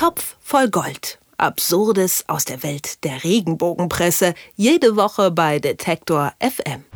Topf voll Gold. Absurdes aus der Welt der Regenbogenpresse. Jede Woche bei Detektor FM.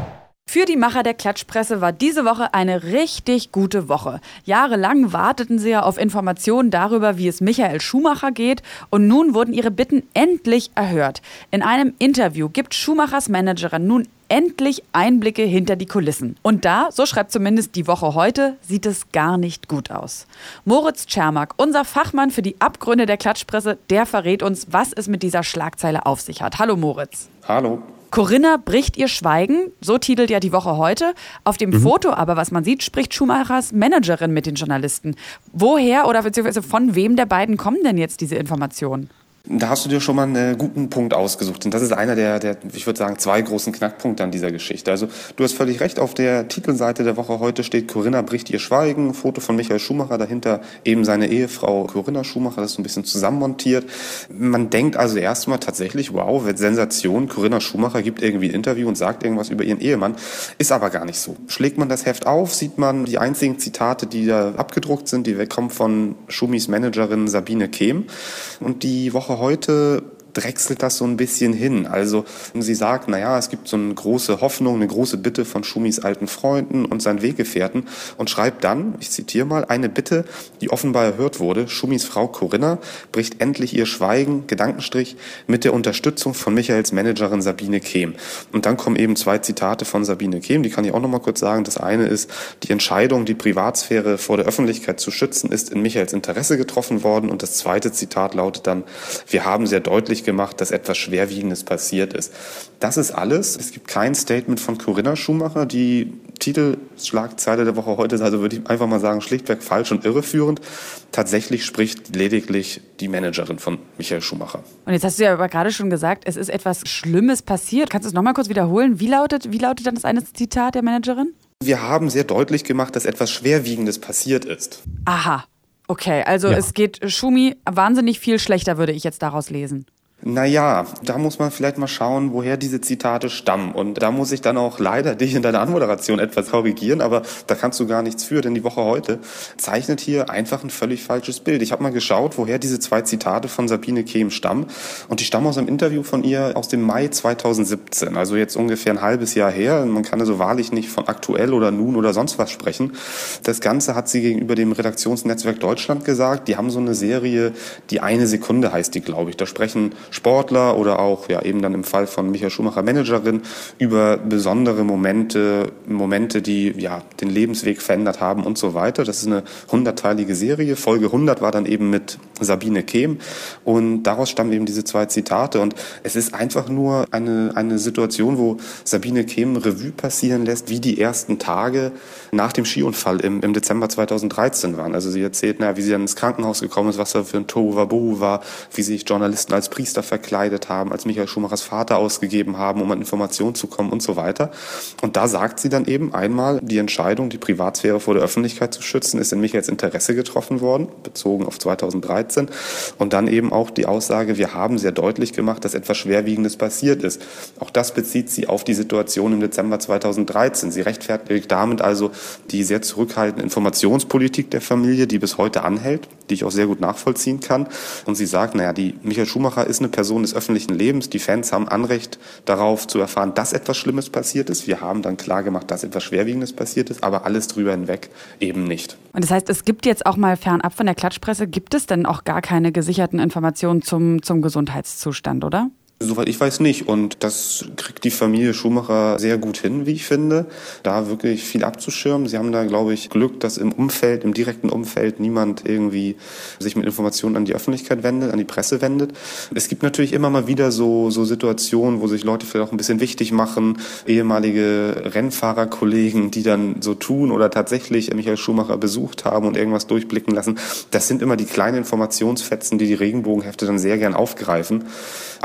Für die Macher der Klatschpresse war diese Woche eine richtig gute Woche. Jahrelang warteten sie ja auf Informationen darüber, wie es Michael Schumacher geht. Und nun wurden ihre Bitten endlich erhört. In einem Interview gibt Schumachers Managerin nun endlich Einblicke hinter die Kulissen. Und da, so schreibt zumindest die Woche heute, sieht es gar nicht gut aus. Moritz Czermak, unser Fachmann für die Abgründe der Klatschpresse, der verrät uns, was es mit dieser Schlagzeile auf sich hat. Hallo Moritz. Hallo. Corinna bricht ihr Schweigen, so titelt ja die Woche heute. Auf dem Foto aber, was man sieht, spricht Schumachers Managerin mit den Journalisten. Woher oder beziehungsweise von wem der beiden kommen denn jetzt diese Informationen? Da hast du dir schon mal einen guten Punkt ausgesucht. Und das ist einer der, ich würde sagen, 2 großen Knackpunkte an dieser Geschichte. Also du hast völlig recht, auf der Titelseite der Woche heute steht, Corinna bricht ihr Schweigen, Foto von Michael Schumacher, dahinter eben seine Ehefrau Corinna Schumacher, das ist so ein bisschen zusammenmontiert. Man denkt also erstmal tatsächlich, wow, Sensation, Corinna Schumacher gibt irgendwie ein Interview und sagt irgendwas über ihren Ehemann, ist aber gar nicht so. Schlägt man das Heft auf, sieht man die einzigen Zitate, die da abgedruckt sind, die kommen von Schumis Managerin Sabine Kehm. Und die Woche heute drechselt das so ein bisschen hin. Also sie sagt, es gibt so eine große Hoffnung, eine große Bitte von Schumis alten Freunden und seinen Weggefährten und schreibt dann, ich zitiere mal, eine Bitte, die offenbar erhört wurde. Schumis Frau Corinna bricht endlich ihr Schweigen, Gedankenstrich, mit der Unterstützung von Michaels Managerin Sabine Kehm. Und dann kommen eben 2 Zitate von Sabine Kehm, die kann ich auch noch mal kurz sagen. Das eine ist, die Entscheidung, die Privatsphäre vor der Öffentlichkeit zu schützen, ist in Michaels Interesse getroffen worden. Und das zweite Zitat lautet dann, wir haben sehr deutlich gemacht, dass etwas Schwerwiegendes passiert ist. Das ist alles. Es gibt kein Statement von Corinna Schumacher. Die Titelschlagzeile der Woche heute ist also, würde ich einfach mal sagen, schlichtweg falsch und irreführend. Tatsächlich spricht lediglich die Managerin von Michael Schumacher. Und jetzt hast du ja aber gerade schon gesagt, es ist etwas Schlimmes passiert. Kannst du es nochmal kurz wiederholen? Wie lautet dann das eine Zitat der Managerin? Wir haben sehr deutlich gemacht, dass etwas Schwerwiegendes passiert ist. Aha. Okay, also Es geht Schumi wahnsinnig viel schlechter, würde ich jetzt daraus lesen. Da muss man vielleicht mal schauen, woher diese Zitate stammen. Und da muss ich dann auch leider dich in deiner Anmoderation etwas korrigieren, aber da kannst du gar nichts für, denn die Woche heute zeichnet hier einfach ein völlig falsches Bild. Ich habe mal geschaut, woher diese 2 Zitate von Sabine Kehm stammen. Und die stammen aus einem Interview von ihr aus dem Mai 2017, also jetzt ungefähr ein halbes Jahr her. Man kann also wahrlich nicht von aktuell oder nun oder sonst was sprechen. Das Ganze hat sie gegenüber dem Redaktionsnetzwerk Deutschland gesagt. Die haben so eine Serie, die 1 Sekunde heißt die, glaube ich. Da sprechen Sportler oder auch eben dann im Fall von Michael Schumacher Managerin über besondere Momente, die den Lebensweg verändert haben und so weiter. Das ist eine 100-teilige Serie. Folge 100 war dann eben mit Sabine Kehm und daraus stammen eben diese 2 Zitate und es ist einfach nur eine Situation, wo Sabine Kehm Revue passieren lässt, wie die ersten Tage nach dem Skiunfall im Dezember 2013 waren. Also sie erzählt, wie sie dann ins Krankenhaus gekommen ist, was da für ein Tohuwabohu war, wie sich Journalisten als Priester verkleidet haben, als Michael Schumachers Vater ausgegeben haben, um an Informationen zu kommen und so weiter. Und da sagt sie dann eben einmal, die Entscheidung, die Privatsphäre vor der Öffentlichkeit zu schützen, ist in Michaels Interesse getroffen worden, bezogen auf 2013. Und dann eben auch die Aussage, wir haben sehr deutlich gemacht, dass etwas Schwerwiegendes passiert ist. Auch das bezieht sie auf die Situation im Dezember 2013. Sie rechtfertigt damit also die sehr zurückhaltende Informationspolitik der Familie, die bis heute anhält, die ich auch sehr gut nachvollziehen kann. Und sie sagt, die Michael Schumacher ist eine Person des öffentlichen Lebens. Die Fans haben Anrecht darauf zu erfahren, dass etwas Schlimmes passiert ist. Wir haben dann klar gemacht, dass etwas Schwerwiegendes passiert ist, aber alles drüber hinweg eben nicht. Und das heißt, es gibt jetzt auch mal fernab von der Klatschpresse, gibt es denn auch gar keine gesicherten Informationen zum Gesundheitszustand, oder? Soweit ich weiß nicht. Und das kriegt die Familie Schumacher sehr gut hin, wie ich finde, da wirklich viel abzuschirmen. Sie haben da, glaube ich, Glück, dass im direkten Umfeld niemand irgendwie sich mit Informationen an die Öffentlichkeit wendet, an die Presse wendet. Es gibt natürlich immer mal wieder so Situationen, wo sich Leute vielleicht auch ein bisschen wichtig machen, ehemalige Rennfahrerkollegen, die dann so tun oder tatsächlich Michael Schumacher besucht haben und irgendwas durchblicken lassen. Das sind immer die kleinen Informationsfetzen, die Regenbogenhefte dann sehr gern aufgreifen. Aber wirklich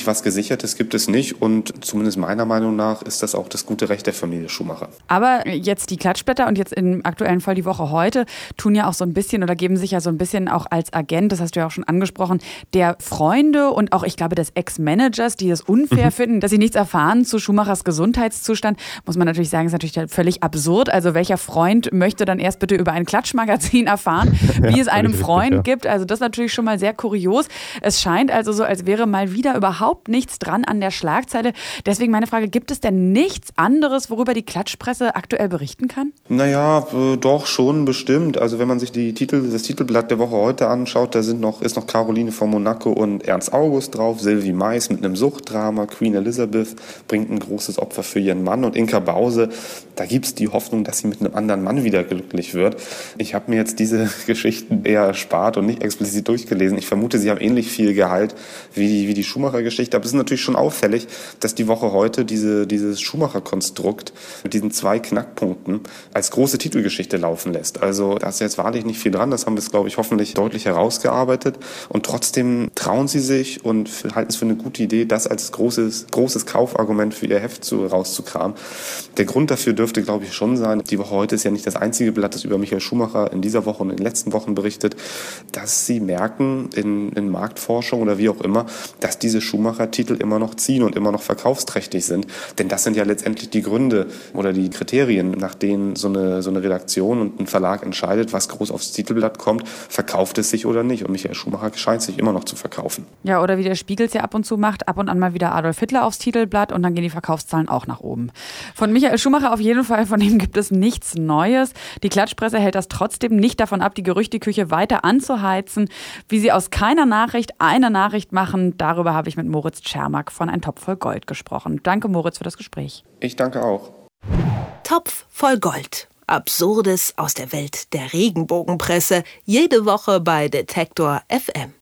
wirklich was Gesichertes gibt es nicht und zumindest meiner Meinung nach ist das auch das gute Recht der Familie Schumacher. Aber jetzt die Klatschblätter und jetzt im aktuellen Fall die Woche heute tun ja auch so ein bisschen oder geben sich ja so ein bisschen auch als Agent, das hast du ja auch schon angesprochen, der Freunde und auch, ich glaube, des Ex-Managers, die es unfair finden, dass sie nichts erfahren zu Schumachers Gesundheitszustand, muss man natürlich sagen, ist natürlich völlig absurd. Also welcher Freund möchte dann erst bitte über ein Klatschmagazin erfahren, wie es einem Freund gibt? Also das ist natürlich schon mal sehr kurios. Es scheint also so, als wäre mal wieder überhaupt nichts dran an der Schlagzeile. Deswegen meine Frage, gibt es denn nichts anderes, worüber die Klatschpresse aktuell berichten kann? Naja, doch schon bestimmt. Also wenn man sich das Titelblatt der Woche heute anschaut, da ist noch Caroline von Monaco und Ernst August drauf, Sylvie Mais mit einem Suchtdrama, Queen Elizabeth bringt ein großes Opfer für ihren Mann und Inka Bause, da gibt es die Hoffnung, dass sie mit einem anderen Mann wieder glücklich wird. Ich habe mir jetzt diese Geschichten eher erspart und nicht explizit durchgelesen. Ich vermute, sie haben ähnlich viel Gehalt wie die Schumacher-Geschichte. Aber es ist natürlich schon auffällig, dass die Woche heute dieses Schumacher-Konstrukt mit diesen 2 Knackpunkten als große Titelgeschichte laufen lässt. Also da ist jetzt wahrlich nicht viel dran. Das haben wir, glaube ich, hoffentlich deutlich herausgearbeitet. Und trotzdem trauen sie sich und halten es für eine gute Idee, das als großes Kaufargument für ihr Heft rauszukramen. Der Grund dafür dürfte, glaube ich, schon sein, die Woche heute ist ja nicht das einzige Blatt, das über Michael Schumacher in dieser Woche und in den letzten Wochen berichtet, dass sie merken in Marktforschung oder wie auch immer, dass diese Schumacher-Titel immer noch ziehen und immer noch verkaufsträchtig sind. Denn das sind ja letztendlich die Gründe oder die Kriterien, nach denen so eine Redaktion und ein Verlag entscheidet, was groß aufs Titelblatt kommt, verkauft es sich oder nicht. Und Michael Schumacher scheint sich immer noch zu verkaufen. Ja, oder wie der Spiegel es ja ab und zu macht, ab und an mal wieder Adolf Hitler aufs Titelblatt und dann gehen die Verkaufszahlen auch nach oben. Von Michael Schumacher auf jeden Fall, von ihm gibt es nichts Neues. Die Klatschpresse hält das trotzdem nicht davon ab, die Gerüchteküche weiter anzuheizen. Wie sie aus keiner Nachricht eine Nachricht machen, darüber habe ich mit Moritz Tschermak von Ein Topf voll Gold gesprochen. Danke, Moritz, für das Gespräch. Ich danke auch. Topf voll Gold. Absurdes aus der Welt der Regenbogenpresse. Jede Woche bei Detektor FM.